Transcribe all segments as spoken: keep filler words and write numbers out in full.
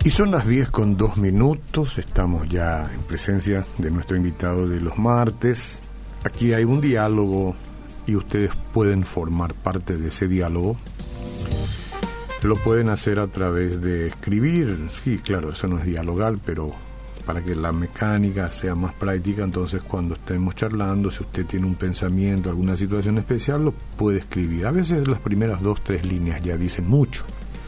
Y son las diez con dos minutos, estamos ya en presencia de nuestro invitado de los martes. Aquí hay un diálogo y ustedes pueden formar parte de ese diálogo. Lo pueden hacer a través de escribir, sí, claro, eso no es dialogar, pero para que la mecánica sea más práctica, entonces cuando estemos charlando, si usted tiene un pensamiento, alguna situación especial, lo puede escribir. A veces las primeras dos, tres líneas ya dicen mucho.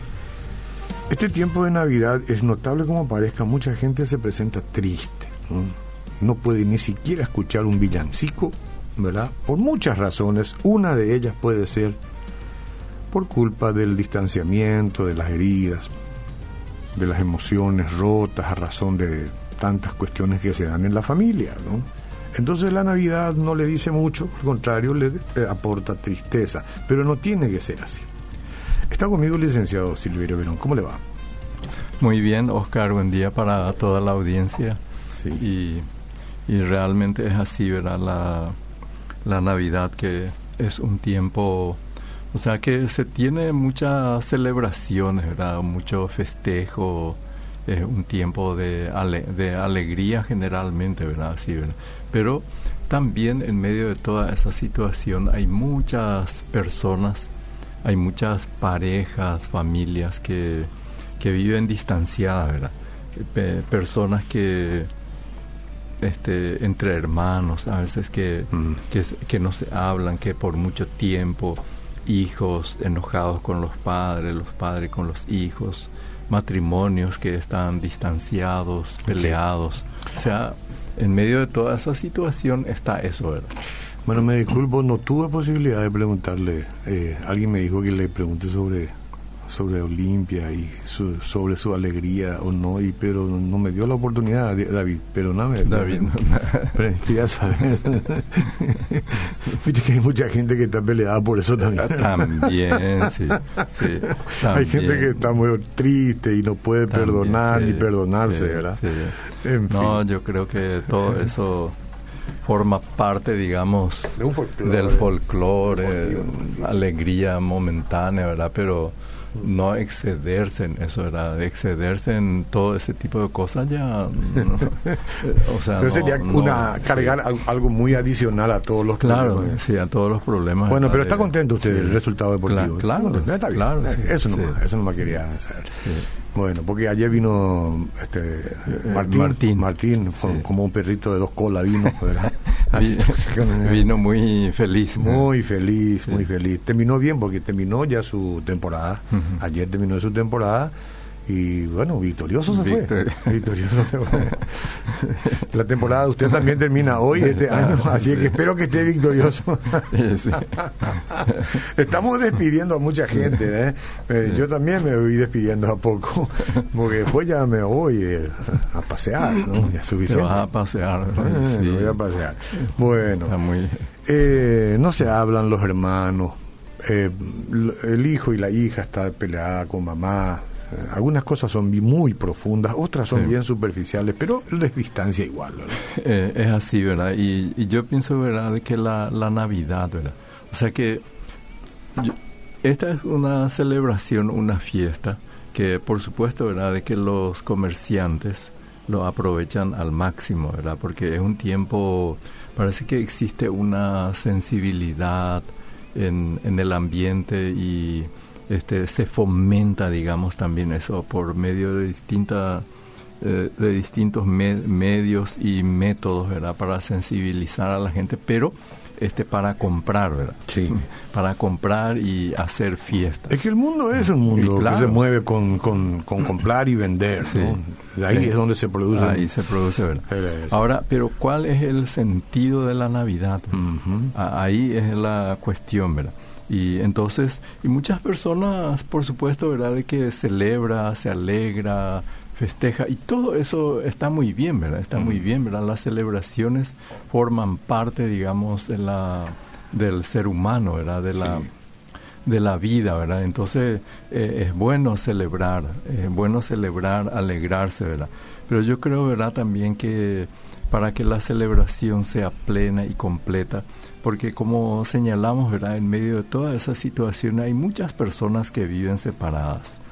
Este tiempo de Navidad es notable como parezca, mucha gente se presenta triste, ¿no? No puede ni siquiera escuchar un villancico, ¿verdad? Por muchas razones. Una de ellas puede ser por culpa del distanciamiento, de las heridas, de las emociones rotas a razón de tantas cuestiones que se dan en la familia, ¿no? Entonces la Navidad no le dice mucho, al contrario, le eh, aporta tristeza, pero no tiene que ser así. Está conmigo el licenciado Silverio Verón. ¿Cómo le va? Muy bien, Oscar. Buen día para toda la audiencia. Sí. Y, y realmente es así, ¿verdad? La, la Navidad, que es un tiempo, o sea, que se tiene muchas celebraciones, ¿verdad? Mucho festejo, es un tiempo de, ale, de alegría generalmente, ¿verdad? Así, ¿verdad? Pero también en medio de toda esa situación hay muchas personas, hay muchas parejas, familias que, que viven distanciadas, ¿verdad? Pe- personas que, este, entre hermanos, a veces que, mm. que, que no se hablan, que por mucho tiempo, hijos enojados con los padres, los padres con los hijos, matrimonios que están distanciados, peleados. O sea, en medio de toda esa situación está eso, ¿verdad? Bueno, me disculpo, no tuve posibilidad de preguntarle. Eh, alguien me dijo que le pregunte sobre sobre Olimpia y su, sobre su alegría o no, y pero no me dio la oportunidad, David. Perdóname. David, no, no. Pero quería saber. Viste que hay mucha gente que está peleada por eso también. También, sí. sí también. Hay gente que está muy triste y no puede también, perdonar sí, ni perdonarse, sí, ¿verdad? Sí. En no, fin. yo creo que todo eso forma parte, digamos, de un folclore, del folclore, alegría momentánea, ¿verdad? Pero no excederse en eso, ¿verdad? Excederse en todo ese tipo de cosas ya, no, o sea, no sería no, una no, cargar sí. algo muy adicional a todos los claro, problemas. sí, a todos los problemas. Bueno, pero está de, contento usted sí. del resultado deportivo. Claro, claro, está bien. Claro, eso sí, nomás, sí. eso nomás quería saber. Sí. Bueno, porque ayer vino este Martín, Martín, Martín sí. como un perrito de dos colas vino, ¿verdad? Así, vino muy feliz. Muy feliz, sí. muy feliz. Terminó bien porque terminó ya su temporada. Uh-huh. Ayer terminó su temporada y bueno, victorioso se Victor... fue. Victorioso se fue. La temporada de usted también termina hoy, este año, así que espero que esté victorioso. Sí. Estamos despidiendo a mucha gente, ¿eh? Eh, sí. Yo también me voy despidiendo a poco, porque después ya me voy eh, a pasear, ¿no? Ya es suficiente. Te vas a pasear, eh, sí. Me voy a pasear. Bueno, Está muy... eh, no se hablan los hermanos, eh, el hijo y la hija están peleadas con mamá. Algunas cosas son muy profundas, otras son sí. bien superficiales, pero les distancia igual, ¿verdad? Eh, es así, ¿verdad? Y, y yo pienso, ¿verdad?, de que la, la Navidad, ¿verdad? O sea que yo, esta es una celebración, una fiesta, que por supuesto, ¿verdad?, de que los comerciantes lo aprovechan al máximo, ¿verdad? Porque es un tiempo, parece que existe una sensibilidad en, en el ambiente y... Este, se fomenta, digamos, también eso por medio de distintas eh, de distintos me- medios y métodos, ¿verdad?, para sensibilizar a la gente, pero este para comprar, ¿verdad? Sí. Para comprar y hacer fiestas. Es que el mundo es un mundo claro. que se mueve con, con, con comprar y vender, sí. ¿no? De ahí sí. es donde se produce. Ahí se produce, ¿verdad? Ahora, pero ¿cuál es el sentido de la Navidad? Uh-huh. Ahí es la cuestión, ¿verdad? Y entonces, y muchas personas, por supuesto, ¿verdad?, de que celebra, se alegra, festeja, y todo eso está muy bien, ¿verdad? Está mm. muy bien, ¿verdad? Las celebraciones forman parte, digamos, de la del ser humano, ¿verdad? De la sí. de la vida, ¿verdad? Entonces, eh, es bueno celebrar, es bueno celebrar, alegrarse, ¿verdad? Pero yo creo, ¿verdad?, también que para que la celebración sea plena y completa, porque como señalamos, ¿verdad?, en medio de toda esa situación hay muchas personas que viven separadas.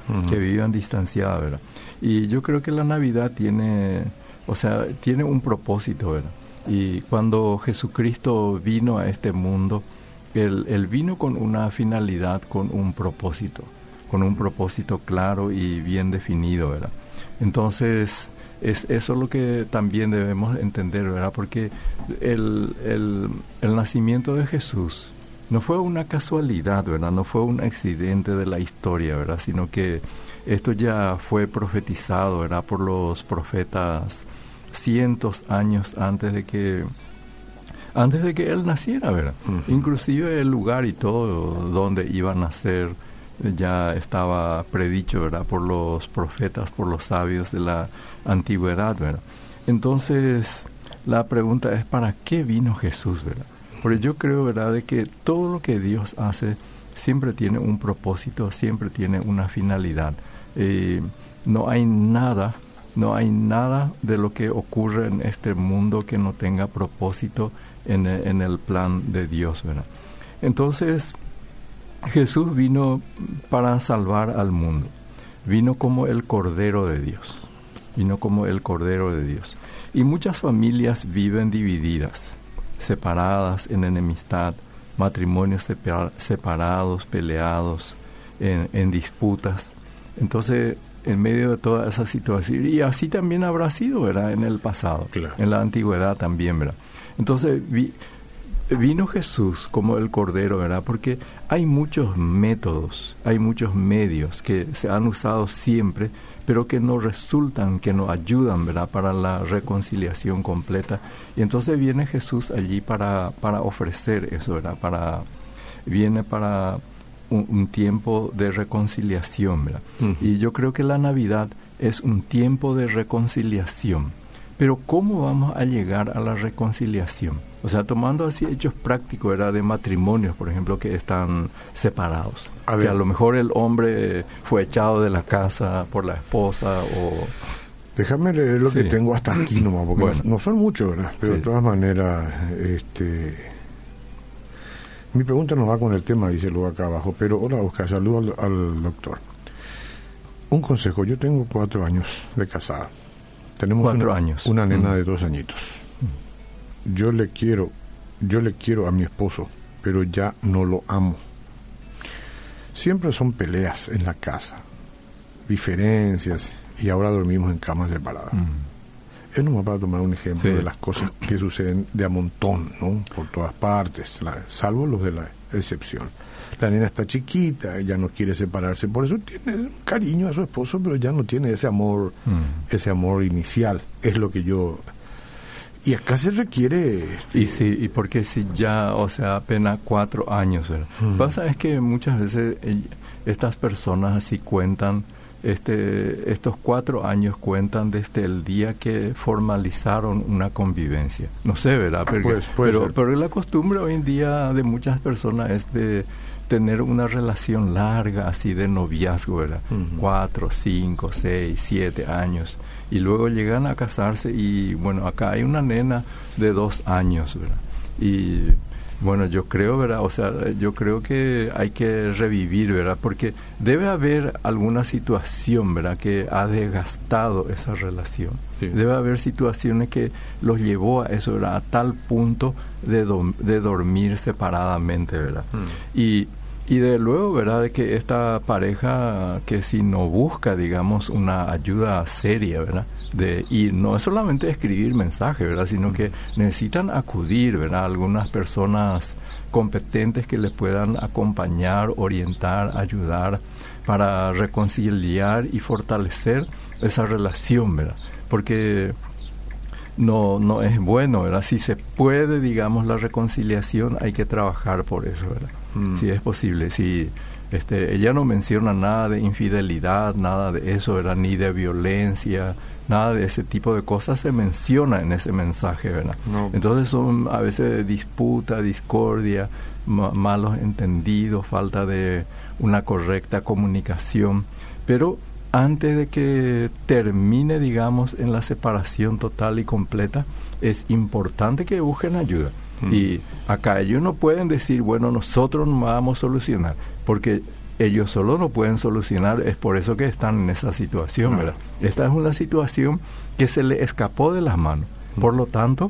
uh-huh. que vivan distanciadas, ¿verdad? Y yo creo que la Navidad tiene, o sea, tiene un propósito, ¿verdad? Y cuando Jesucristo vino a este mundo, él, él vino con una finalidad, con un propósito, con un propósito claro y bien definido, ¿verdad? Entonces, es eso lo que también debemos entender, ¿verdad? Porque el, el, el nacimiento de Jesús no fue una casualidad, ¿verdad? No fue un accidente de la historia, ¿verdad? Sino que esto ya fue profetizado, ¿verdad? Por los profetas cientos años antes de que antes de que él naciera, ¿verdad? Uh-huh. Inclusive el lugar y todo donde iba a nacer ya estaba predicho, ¿verdad? Por los profetas, por los sabios de la antigüedad, ¿verdad? Entonces, la pregunta es, ¿para qué vino Jesús, verdad? Porque yo creo, ¿verdad?, de que todo lo que Dios hace siempre tiene un propósito, siempre tiene una finalidad. Eh, no hay nada, no hay nada de lo que ocurre en este mundo que no tenga propósito en, en el plan de Dios, ¿verdad? Entonces, Jesús vino para salvar al mundo. Vino como el Cordero de Dios. Vino como el Cordero de Dios. Y muchas familias viven divididas, separadas en enemistad, matrimonios separados, peleados, en, en disputas. Entonces, en medio de toda esa situación, y así también habrá sido, ¿verdad?, en el pasado, claro. En la antigüedad también, ¿verdad? Entonces, vi, vino Jesús como el Cordero, ¿verdad? Porque hay muchos métodos, hay muchos medios que se han usado siempre, pero que no resultan, que no ayudan, ¿verdad?, para la reconciliación completa. Y entonces viene Jesús allí para, para ofrecer eso, ¿verdad? Para, viene para un, un tiempo de reconciliación, ¿verdad? Uh-huh. Y yo creo que la Navidad es un tiempo de reconciliación. Pero ¿cómo vamos a llegar a la reconciliación? O sea, tomando así hechos prácticos, ¿verdad?, de matrimonios, por ejemplo, que están separados. A que a lo mejor el hombre fue echado de la casa por la esposa o... Déjame leer lo sí. que tengo hasta aquí nomás, porque bueno. no, no son muchos, ¿verdad? Pero sí. de todas maneras, este... mi pregunta no va con el tema, dice luego acá abajo, pero hola Oscar, saludo al, al doctor. Un consejo, yo tengo cuatro años de casada. Tenemos cuatro una, años. una nena mm. de dos añitos. Yo le quiero, yo le quiero a mi esposo, pero ya no lo amo. Siempre son peleas en la casa, diferencias, y ahora dormimos en camas separadas. Mm. Es nomás para tomar un ejemplo sí. de las cosas que suceden de a montón, ¿no? Por todas partes, la, salvo los de la excepción. La nena está chiquita, ella no quiere separarse, por eso tiene un cariño a su esposo, pero ya no tiene ese amor, mm. ese amor inicial, es lo que yo... Y acá se requiere... Y sí, y porque si ya, o sea, apenas cuatro años, ¿verdad? Mm. Pasa es que muchas veces eh, estas personas así cuentan, este, estos cuatro años cuentan desde el día que formalizaron una convivencia. No sé, ¿verdad? Porque, pues, pero, pero la costumbre hoy en día de muchas personas es de tener una relación larga, así de noviazgo, ¿verdad? Uh-huh. Cuatro, cinco, seis, siete años. Y luego llegan a casarse y, bueno, acá hay una nena de dos años, ¿verdad? Y, bueno, yo creo, ¿verdad? O sea, yo creo que hay que revivir, ¿verdad? Porque debe haber alguna situación, ¿verdad?, que ha desgastado esa relación. Sí. Debe haber situaciones que los llevó a eso, ¿verdad?, a tal punto de, do- de dormir separadamente, ¿verdad? Mm. Y... Y de luego, ¿verdad?, de que esta pareja que si no busca, digamos, una ayuda seria, ¿verdad?, de, y no es solamente escribir mensajes, ¿verdad?, sino que necesitan acudir, ¿verdad?, algunas personas competentes que les puedan acompañar, orientar, ayudar para reconciliar y fortalecer esa relación, ¿verdad? Porque no no es bueno, ¿verdad? Si se puede, digamos, la reconciliación, hay que trabajar por eso, ¿verdad? Mm. Si es posible. Si este, ella no menciona nada de infidelidad, nada de eso, ¿verdad?, ni de violencia, nada de ese tipo de cosas se menciona en ese mensaje, ¿verdad? No. Entonces son a veces disputa, discordia, ma- malos entendidos, falta de una correcta comunicación, pero antes de que termine, digamos, en la separación total y completa, es importante que busquen ayuda. Mm. Y acá ellos no pueden decir, bueno, nosotros nos vamos a solucionar, porque ellos solo no pueden solucionar, es por eso que están en esa situación, ¿verdad? Esta es una situación que se le escapó de las manos. Por lo tanto,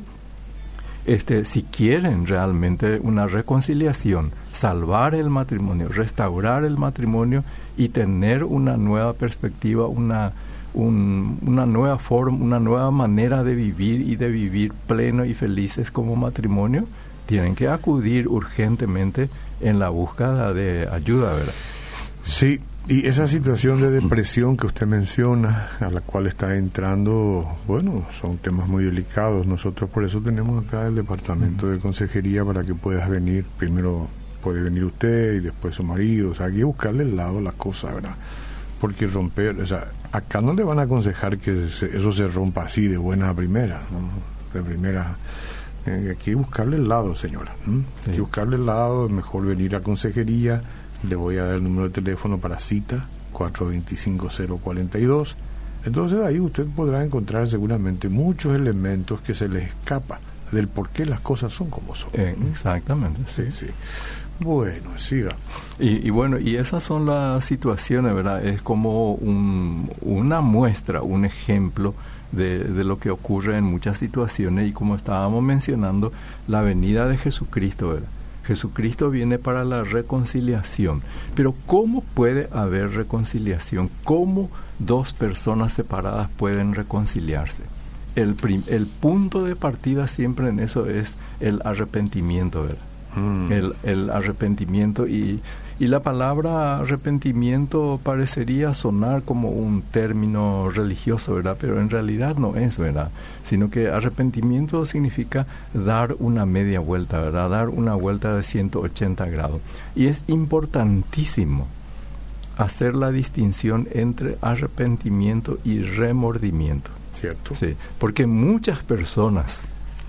este, si quieren realmente una reconciliación, salvar el matrimonio, restaurar el matrimonio y tener una nueva perspectiva, una, un, una nueva forma, una nueva manera de vivir y de vivir pleno y felices como matrimonio, tienen que acudir urgentemente en la búsqueda de ayuda, ¿verdad? Sí, y esa situación de depresión que usted menciona, a la cual está entrando, bueno, son temas muy delicados. Nosotros por eso tenemos acá el departamento de consejería para que puedas venir. Primero puede venir usted y después su marido. O sea, hay que buscarle el lado a la cosa, ¿verdad? Porque romper, o sea, acá no le van a aconsejar que se, eso se rompa así de buena a primera, ¿no? De primera. Eh, aquí hay que buscarle el lado, señora. ¿Mm? Sí. Hay que buscarle el lado, es mejor venir a consejería. Le voy a dar el número de teléfono para cita, cuatro dos cinco, cero cuatro dos. Entonces ahí usted podrá encontrar seguramente muchos elementos que se les escapa del por qué las cosas son como son. Eh, exactamente. Sí, sí. Bueno, siga. Y, y bueno, y esas son las situaciones, ¿verdad? Es como un, una muestra, un ejemplo de, de lo que ocurre en muchas situaciones, y como estábamos mencionando, la venida de Jesucristo, ¿verdad? Jesucristo viene para la reconciliación. Pero ¿cómo puede haber reconciliación? ¿Cómo dos personas separadas pueden reconciliarse? El, prim, el punto de partida siempre en eso es el arrepentimiento, ¿verdad? Mm. El, el arrepentimiento y, y la palabra arrepentimiento parecería sonar como un término religioso, ¿verdad? Pero en realidad no es, ¿verdad? Sino que arrepentimiento significa dar una media vuelta, ¿verdad? Dar una vuelta de ciento ochenta grados. Y es importantísimo hacer la distinción entre arrepentimiento y remordimiento. ¿Cierto? Sí, porque muchas personas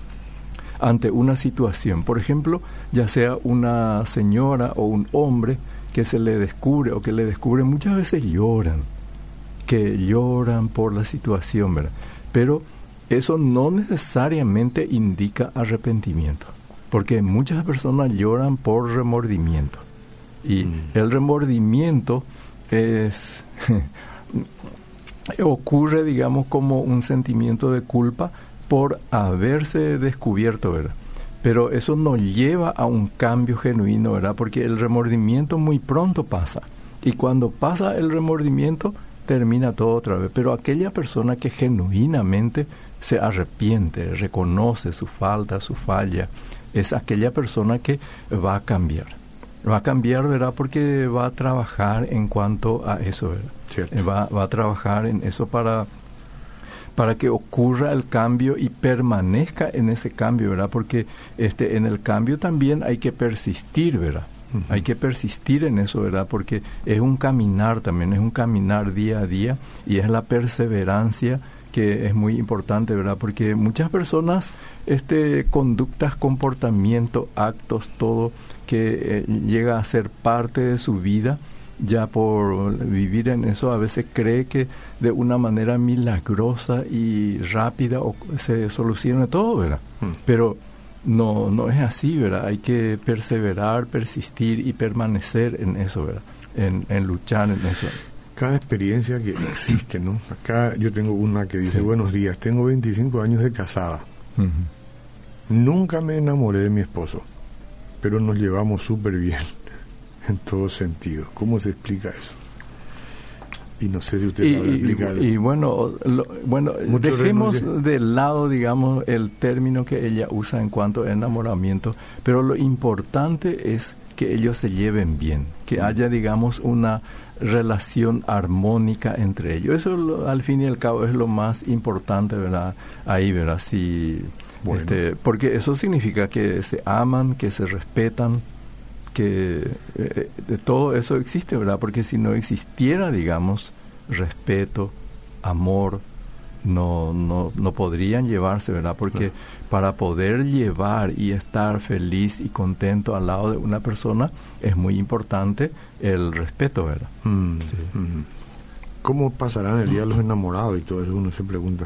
ante una situación, por ejemplo, ya sea una señora o un hombre que se le descubre o que le descubre, muchas veces lloran, que lloran por la situación, ¿verdad? Pero eso no necesariamente indica arrepentimiento, porque muchas personas lloran por remordimiento. Y mm. el remordimiento es ocurre, digamos, como un sentimiento de culpa por haberse descubierto, ¿verdad? Pero eso no lleva a un cambio genuino, ¿verdad? Porque el remordimiento muy pronto pasa. Y cuando pasa el remordimiento, termina todo otra vez. Pero aquella persona que genuinamente se arrepiente, reconoce su falta, su falla, es aquella persona que va a cambiar. Va a cambiar, ¿verdad? Porque va a trabajar en cuanto a eso, ¿verdad? Cierto. Va, va a trabajar en eso para... para que ocurra el cambio y permanezca en ese cambio, ¿verdad? Porque este, en el cambio también hay que persistir, ¿verdad? Uh-huh. Hay que persistir en eso, ¿verdad? Porque es un caminar también, es un caminar día a día, y es la perseverancia que es muy importante, ¿verdad? Porque muchas personas, este, conductas, comportamientos, actos, todo que eh, llega a ser parte de su vida, ya por vivir en eso, a veces cree que de una manera milagrosa y rápida o se soluciona todo, ¿verdad? Mm. Pero no no es así, ¿verdad? Hay que perseverar, persistir y permanecer en eso, ¿verdad? En, en luchar en eso. Cada experiencia que existe, ¿no? Acá yo tengo una que dice, sí. Buenos días, tengo veinticinco años de casada. Uh-huh. Nunca me enamoré de mi esposo, pero nos llevamos súper bien. En todo sentido. ¿Cómo se explica eso? Y no sé si usted y, sabe explicarlo. Y, y bueno, lo, bueno dejemos renuncia. de lado, digamos, el término que ella usa en cuanto a enamoramiento, pero lo importante es que ellos se lleven bien, que haya, digamos, una relación armónica entre ellos. Eso, lo, al fin y al cabo, es lo más importante, ¿verdad? Ahí, ¿verdad? Si, bueno. este, porque eso significa que se aman, que se respetan, que eh, de todo eso existe, ¿verdad? Porque si no existiera, digamos, respeto, amor, no no no podrían llevarse, ¿verdad? Porque claro. Para poder llevar y estar feliz y contento al lado de una persona es muy importante el respeto, ¿verdad? Mm, sí. mm. ¿Cómo pasarán el día de los enamorados y todo eso? Uno se pregunta.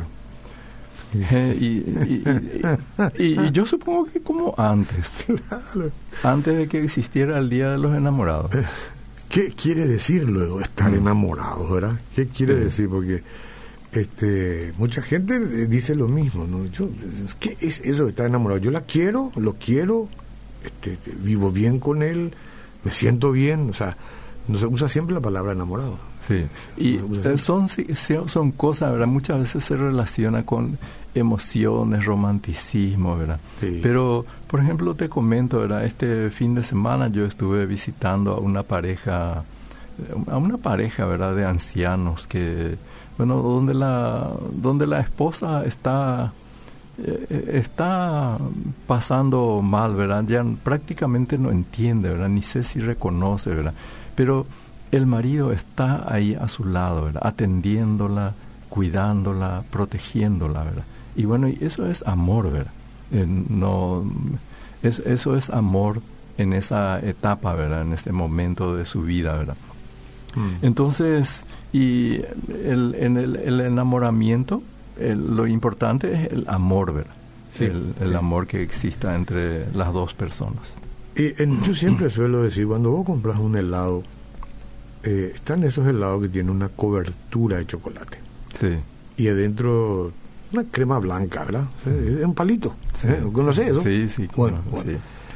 Eh, y, y, y, y, y yo supongo que como antes, claro. Antes de que existiera el Día de los Enamorados. ¿qué quiere decir luego estar enamorado, verdad? ¿Qué quiere sí. decir? Porque este mucha gente dice lo mismo, ¿no? Yo, ¿qué es eso de estar enamorado? Yo la quiero, lo quiero, este, vivo bien con él, me siento bien, o sea, no se usa siempre la palabra enamorado. Sí, y son, son cosas, ¿verdad? Muchas veces se relaciona con emociones, romanticismo, ¿verdad? Sí. Pero, por ejemplo, te comento, ¿verdad? Este fin de semana yo estuve visitando a una pareja, a una pareja, ¿verdad? De ancianos que, bueno, donde la, donde la esposa está, eh, está pasando mal, ¿verdad? Ya prácticamente no entiende, ¿verdad? Ni sé si reconoce, ¿verdad? Pero el marido está ahí a su lado, ¿verdad? Atendiéndola, cuidándola, protegiéndola, ¿verdad? Y bueno, y eso es amor, ¿verdad? Eh, no, es, eso es amor en esa etapa, ¿verdad? En este momento de su vida, ¿verdad? Mm. Entonces, y el, en el, el enamoramiento, el, lo importante es el amor, ¿verdad? Sí, el, el sí. amor que exista entre las dos personas. Y en, yo siempre suelo decir, cuando vos compras un helado, eh, están esos helados que tienen una cobertura de chocolate. Sí. Y adentro una crema blanca, ¿verdad? Es un palito. Sí. ¿Eh? ¿Conoces eso? Sí, sí. Bueno, bueno. Sí.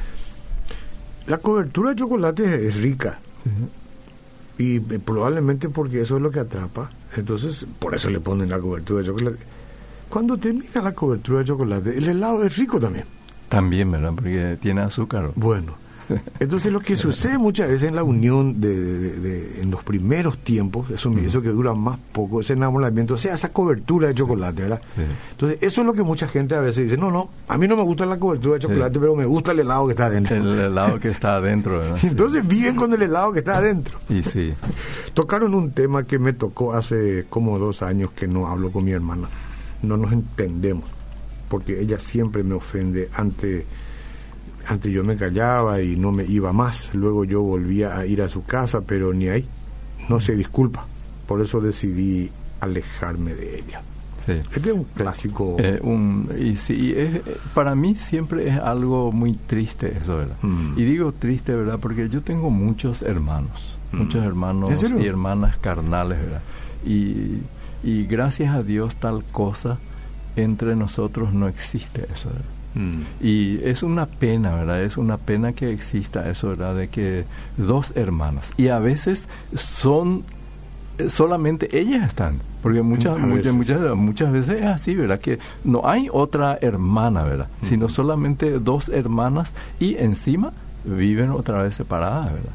La cobertura de chocolate es rica. Sí. Y eh, probablemente porque eso es lo que atrapa. Entonces, por eso le ponen la cobertura de chocolate. Cuando termina la cobertura de chocolate, el helado es rico también. También, ¿verdad? Porque tiene azúcar. Bueno, entonces lo que sucede muchas veces en la unión de, de, de, de en los primeros tiempos, eso, mm. eso que dura más poco, ese enamoramiento, o sea, esa cobertura de chocolate, ¿verdad? Sí. Entonces eso es lo que mucha gente a veces dice, no, no, a mí no me gusta la cobertura de chocolate, sí. pero me gusta el helado que está adentro. El helado que está adentro, ¿verdad? Entonces sí. viven con el helado que está adentro. Y sí. Tocaron un tema que me tocó hace como dos años que no hablo con mi hermana. No nos entendemos, porque ella siempre me ofende. Antes, antes yo me callaba y no me iba más, luego yo volvía a ir a su casa, pero ni ahí, no se disculpa. Por eso decidí alejarme de ella. Sí. Este es un clásico. Eh, un, y sí, es, para mí siempre es algo muy triste eso, ¿verdad? Mm. Y digo triste, ¿verdad? Porque yo tengo muchos hermanos, mm. muchos hermanos y hermanas carnales, ¿verdad? Y... Y gracias a Dios tal cosa entre nosotros no existe eso, ¿verdad? Mm. Y es una pena, ¿verdad? Es una pena que exista eso, ¿verdad? De que dos hermanas, y a veces son solamente ellas están, porque muchas muchas, muchas muchas veces es así, ¿verdad? Que no hay otra hermana, ¿verdad? Mm. Sino solamente dos hermanas y encima viven otra vez separadas, ¿verdad?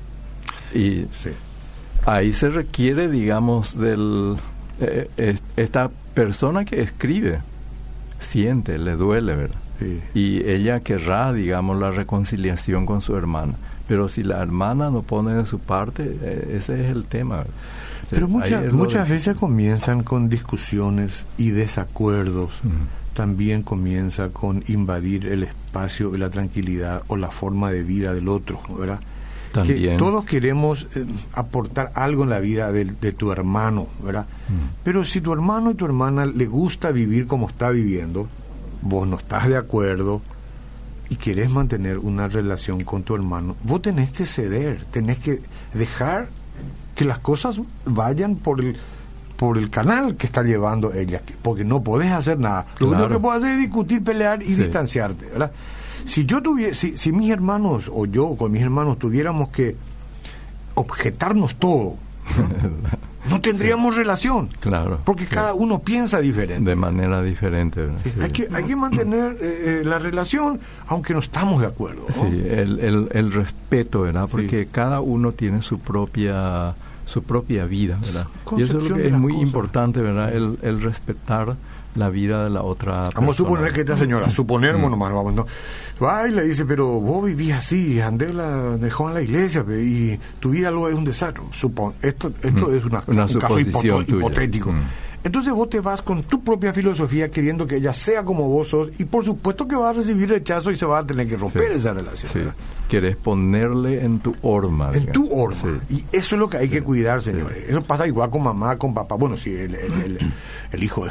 Y sí. ahí se requiere, digamos, del... Eh, esta persona que escribe siente, le duele, ¿verdad? Sí. Y ella querrá, digamos, la reconciliación con su hermana, pero si la hermana no pone de su parte, eh, ese es el tema, ¿verdad? Pero muchas muchas de... veces comienzan con discusiones y desacuerdos. Uh-huh. También comienza con invadir el espacio y la tranquilidad o la forma de vida del otro, ¿verdad? También. Que todos queremos eh, aportar algo en la vida de, de tu hermano, ¿verdad? Mm. Pero si tu hermano y tu hermana le gusta vivir como está viviendo, vos no estás de acuerdo y querés mantener una relación con tu hermano, vos tenés que ceder, tenés que dejar que las cosas vayan por el por el canal que está llevando ella, porque no podés hacer nada. Lo único claro. que podés hacer es discutir, pelear y sí. distanciarte, ¿verdad? Si yo tuviera, si, si mis hermanos o yo con mis hermanos tuviéramos que objetarnos todo, ¿no? no tendríamos sí. relación, claro, porque sí. cada uno piensa diferente, de manera diferente. Sí. Sí. Hay que hay que mantener eh, la relación, aunque no estamos de acuerdo, ¿no? Sí, el, el, el respeto, ¿verdad? Porque sí. cada uno tiene su propia su propia vida, ¿verdad? Y eso es lo que es muy cosas. importante, ¿verdad? El, el respetar la vida de la otra persona. Vamos a suponer que esta señora, suponemos mm. nomás, vamos, no, va y le dice, pero vos vivís así, Andrés la dejó en la iglesia y tu vida luego es un desastre. Supon, esto esto mm. es una, una un caso hipo- tuya. hipotético. Mm. Entonces vos te vas con tu propia filosofía queriendo que ella sea como vos sos y por supuesto que va a recibir rechazo y se va a tener que romper sí. esa relación. Sí. Querés ponerle en tu horma. En digamos. tu horma. Sí. Y eso es lo que hay sí. que cuidar, señores. Sí. Eso pasa igual con mamá, con papá. Bueno, sí, el, el, el, el hijo es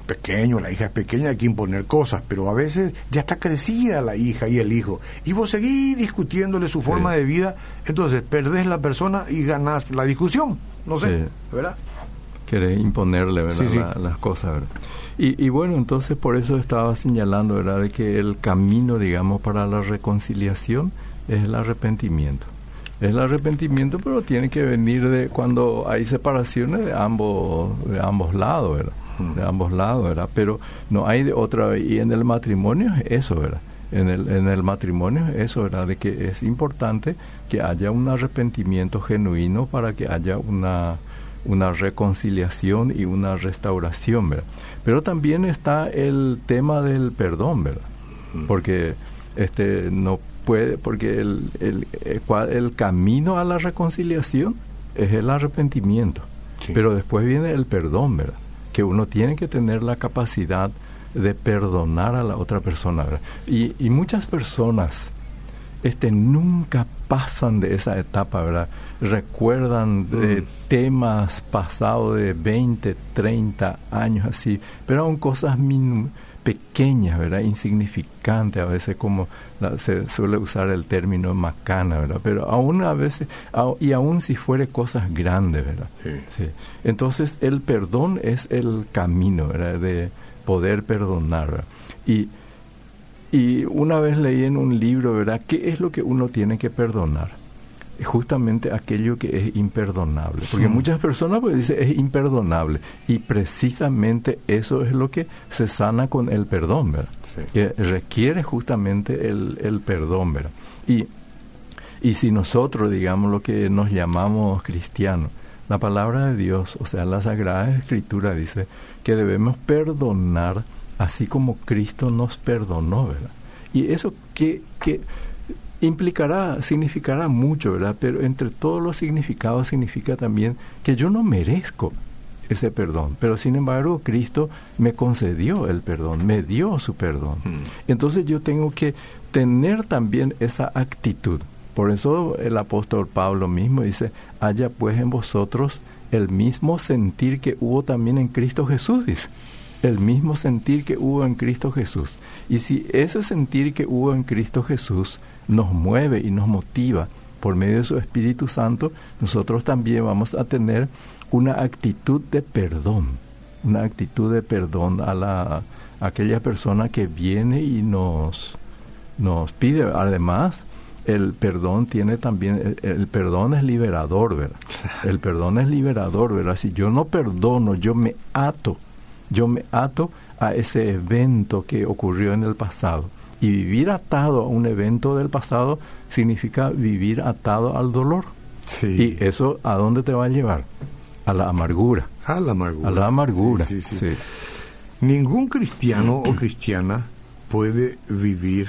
pequeño, la hija es pequeña, hay que imponer cosas, pero a veces ya está crecida la hija y el hijo, y vos seguís discutiéndole su forma sí. de vida, entonces perdés la persona y ganás la discusión, no sé, sí. ¿verdad? Querés imponerle, ¿verdad? Sí, sí. La, las cosas, ¿verdad? Y, y bueno, entonces por eso estaba señalando, ¿verdad?, de que el camino, digamos, para la reconciliación es el arrepentimiento. Es el arrepentimiento, pero tiene que venir de cuando hay separaciones de ambos de ambos lados, ¿verdad? De ambos lados, ¿verdad? Pero no hay de otra, y en el matrimonio es eso, ¿verdad? En el en el matrimonio es eso, ¿verdad? De que es importante que haya un arrepentimiento genuino para que haya una una reconciliación y una restauración, ¿verdad? Pero también está el tema del perdón, ¿verdad? Porque este no puede, porque el, el, el, el camino a la reconciliación es el arrepentimiento, sí. pero después viene el perdón, ¿verdad? Que uno tiene que tener la capacidad de perdonar a la otra persona, ¿verdad? Y, y muchas personas este, nunca pasan de esa etapa, ¿verdad? Recuerdan de mm. temas pasados de veinte, treinta años así, pero aún cosas min- pequeñas, ¿verdad? Insignificantes, a veces como la, se suele usar el término macana, ¿verdad? Pero aún a veces, a, y aún si fuere cosas grandes, ¿verdad? Sí. Sí. Entonces el perdón es el camino, ¿verdad? De poder perdonar, ¿verdad? Y, y una vez leí en un libro, ¿verdad? ¿Qué es lo que uno tiene que perdonar? Justamente aquello que es imperdonable, porque sí. muchas personas pues dicen es imperdonable, y precisamente eso es lo que se sana con el perdón, ¿verdad? Sí. Que requiere justamente el, el perdón, ¿verdad? Y, y si nosotros, digamos, lo que nos llamamos cristianos, la palabra de Dios, o sea, la Sagrada Escritura dice que debemos perdonar así como Cristo nos perdonó, ¿verdad? Y eso que... que implicará, significará mucho, ¿verdad? Pero entre todos los significados significa también que yo no merezco ese perdón, pero sin embargo Cristo me concedió el perdón, me dio su perdón. Mm. Entonces yo tengo que tener también esa actitud. Por eso el apóstol Pablo mismo dice, haya pues en vosotros el mismo sentir que hubo también en Cristo Jesús, dice. El mismo sentir que hubo en Cristo Jesús. Y si ese sentir que hubo en Cristo Jesús nos mueve y nos motiva por medio de su Espíritu Santo, nosotros también vamos a tener una actitud de perdón, una actitud de perdón a la a aquella persona que viene y nos, nos pide. Además, el perdón tiene también, el, el perdón es liberador, ¿verdad? El perdón es liberador, ¿verdad? Si yo no perdono, yo me ato, yo me ato a ese evento que ocurrió en el pasado. Y vivir atado a un evento del pasado significa vivir atado al dolor. Sí. Y eso, ¿a dónde te va a llevar? A la amargura. A la amargura. A la amargura. Sí, sí, sí. Sí. Ningún cristiano o cristiana puede vivir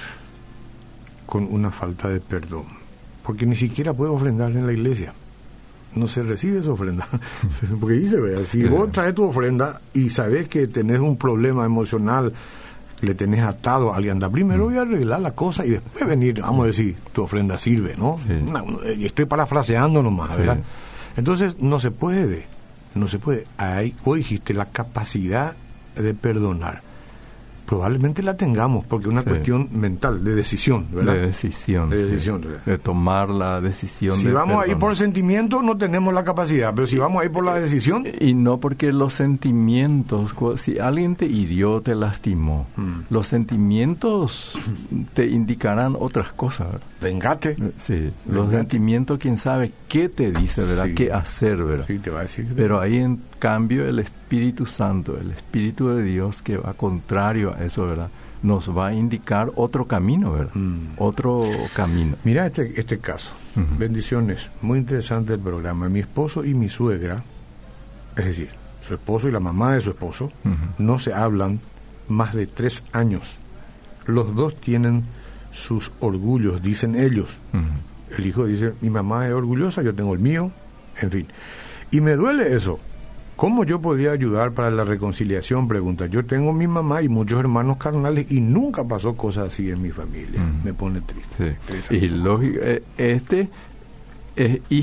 con una falta de perdón, porque ni siquiera puede ofrendar en la iglesia. No se recibe esa ofrenda. Porque dice, ¿verdad? Si vos traes tu ofrenda y sabes que tenés un problema emocional, le tenés atado a alguien, anda, primero voy a arreglar la cosa y después venir, vamos a decir, tu ofrenda sirve, ¿no? Sí. No, estoy parafraseando nomás, ¿verdad? Sí. Entonces, no se puede, no se puede. Ahí, vos dijiste, la capacidad de perdonar. Probablemente la tengamos, porque es una sí. cuestión mental, de decisión, ¿verdad? De decisión. De decisión, sí. De tomar la decisión. Si de vamos perdonar. ahí por sentimiento, no tenemos la capacidad, pero si vamos ahí por la decisión... Y no porque los sentimientos, si alguien te hirió, te lastimó, mm. los sentimientos te indicarán otras cosas, ¿verdad? Vengate. Sí, Vengate. Los sentimientos, quién sabe qué te dice, ¿verdad? Sí. ¿Qué hacer, verdad? Sí, te va a decir. Pero ahí en cambio el Espíritu Santo, el Espíritu de Dios, que va contrario a eso, ¿verdad?, nos va a indicar otro camino, ¿verdad? Mm. Otro camino. Mira este este caso. Uh-huh. Bendiciones. Muy interesante el programa. Mi esposo y mi suegra, es decir, su esposo y la mamá de su esposo, uh-huh. no se hablan más de tres años. Los dos tienen sus orgullos, dicen ellos. Uh-huh. El hijo dice, mi mamá es orgullosa, yo tengo el mío, en fin. Y me duele eso. ¿Cómo yo podría ayudar para la reconciliación? Pregunta. Yo tengo mi mamá y muchos hermanos carnales y nunca pasó cosas así en mi familia. Mm. Me pone triste. Sí. Y lógico, este es hijo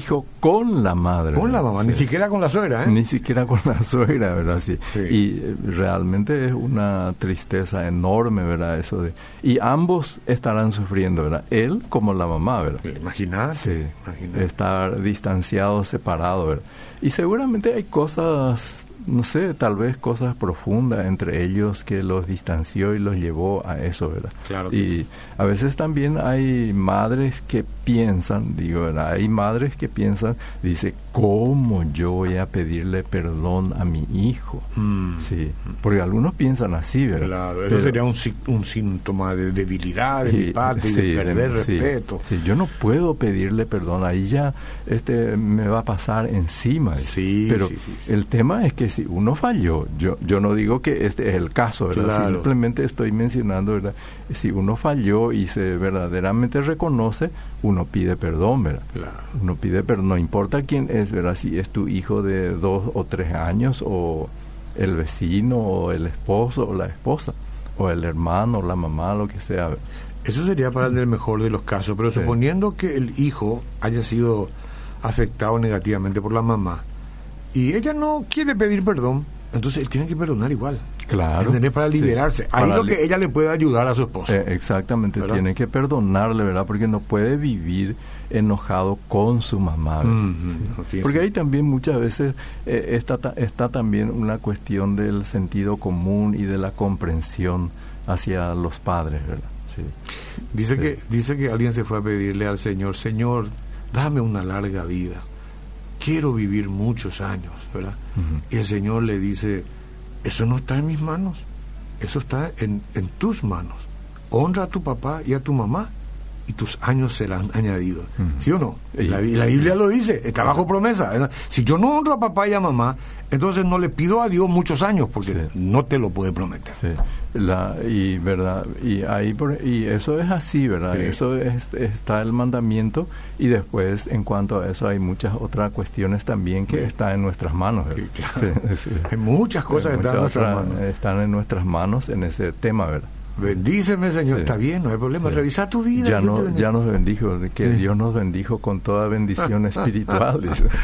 con la madre. Con la mamá, sí. Ni siquiera con la suegra, ¿eh? Ni siquiera con la suegra, ¿verdad? Sí. Sí. Y realmente es una tristeza enorme, ¿verdad? Eso de... Y ambos estarán sufriendo, ¿verdad? Él como la mamá, ¿verdad? Imaginate, sí. Imaginate. Estar distanciados, separados, ¿verdad? Y seguramente hay cosas... no sé, tal vez cosas profundas entre ellos que los distanció y los llevó a eso, ¿verdad? Claro que y a veces también hay madres que piensan, digo, ¿verdad? Hay madres que piensan, dice, ¿cómo yo voy a pedirle perdón a mi hijo? Mm. Sí, porque algunos piensan así, ¿verdad? Claro, eso Pero, sería un, un síntoma de debilidad de y, mi parte sí, y de perder sí, respeto. Sí, yo no puedo pedirle perdón, ahí ya este me va a pasar encima. Sí, Pero sí, sí, sí. el tema es que si uno falló, yo yo no digo que este es el caso, ¿verdad? Claro. Simplemente estoy mencionando, ¿verdad? Si uno falló y se verdaderamente reconoce, uno pide perdón, ¿verdad? Claro. Uno pide perdón, no importa quién es, ¿verdad? Si es tu hijo de dos o tres años, o el vecino, o el esposo, o la esposa, o el hermano, o la mamá, lo que sea. Eso sería para el mejor de los casos, pero sí. Suponiendo que el hijo haya sido afectado negativamente por la mamá, y ella no quiere pedir perdón, entonces él tiene que perdonar igual. Claro. ¿Entendés? Para liberarse. Sí. Ahí para lo que li- ella le puede ayudar a su esposo. Eh, exactamente, ¿verdad? Tiene que perdonarle, ¿verdad? Porque no puede vivir enojado con su mamá. Mm-hmm. ¿Sí? No Porque ahí también muchas veces eh, está, está también una cuestión del sentido común y de la comprensión hacia los padres, ¿verdad? Sí. Dice, sí. Que, dice que alguien se fue a pedirle al Señor, Señor, dame una larga vida. Quiero vivir muchos años, ¿verdad? Uh-huh. Y el Señor le dice, eso no está en mis manos, eso está en, en tus manos. Honra a tu papá y a tu mamá y tus años serán añadidos. Uh-huh. ¿Sí o no? Y, la, la Biblia lo dice, está bajo promesa, ¿verdad? Si yo no honro a papá y a mamá, entonces no le pido a Dios muchos años, porque sí. no te lo puede prometer. Sí. La, y verdad y ahí por, y eso es así, ¿verdad? Sí. Eso es, está el mandamiento, y después en cuanto a eso hay muchas otras cuestiones también que sí. están en nuestras manos, ¿verdad? Sí, claro. Sí, sí. Hay muchas cosas hay que están en nuestras manos. Están en nuestras manos en ese tema, ¿verdad? Bendíceme, Señor, sí. Está bien, no hay problema, sí. Revisa tu vida. Ya, no, ya nos bendijo, que sí. Dios nos bendijo con toda bendición espiritual.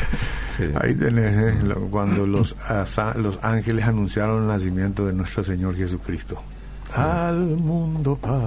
Sí. Ahí tenés, ¿eh? Cuando los, asa, los ángeles anunciaron el nacimiento de nuestro Señor Jesucristo. Sí. Al mundo paz.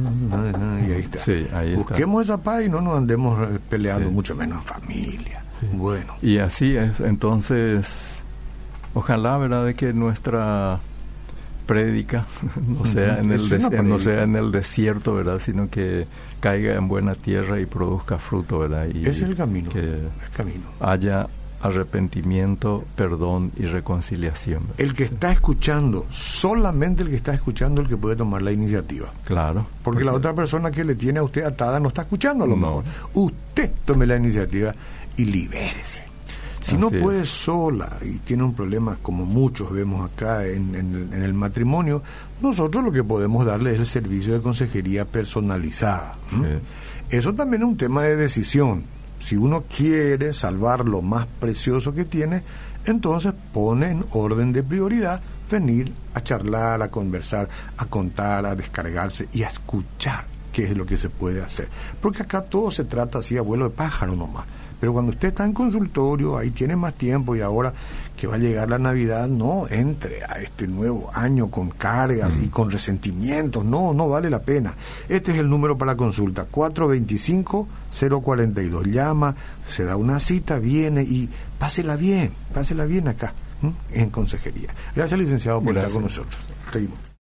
Y ahí está. Sí, ahí Busquemos está. esa paz y no nos andemos peleando, sí. mucho menos en familia. Sí. Bueno. Y así es, entonces, ojalá, ¿verdad?, de que nuestra prédica no sea en el des- no sea en el desierto, ¿verdad?, sino que caiga en buena tierra y produzca fruto, ¿verdad? Y es el camino, que el camino. haya arrepentimiento, perdón y reconciliación, ¿verdad? El que sí. está escuchando, solamente el que está escuchando, el que puede tomar la iniciativa. Claro. Porque, porque la otra persona que le tiene a usted atada no está escuchando a lo no. mejor. Usted tome la iniciativa y libérese. Si Así no puede es. sola y tiene un problema como muchos vemos acá en, en, en el matrimonio, nosotros lo que podemos darle es el servicio de consejería personalizada. ¿Mm? Sí. Eso también es un tema de decisión. Si uno quiere salvar lo más precioso que tiene, entonces pone en orden de prioridad venir a charlar, a conversar, a contar, a descargarse y a escuchar qué es lo que se puede hacer. Porque acá todo se trata así a vuelo de pájaro nomás. Pero cuando usted está en consultorio, ahí tiene más tiempo, y ahora que va a llegar la Navidad, no entre a este nuevo año con cargas mm. y con resentimientos. No, no vale la pena. Este es el número para consulta, cuatro dos cinco, cero cuatro dos. Llama, se da una cita, viene y pásela bien, pásela bien acá, ¿m? en consejería. Gracias, licenciado, por Gracias. estar con nosotros. Seguimos.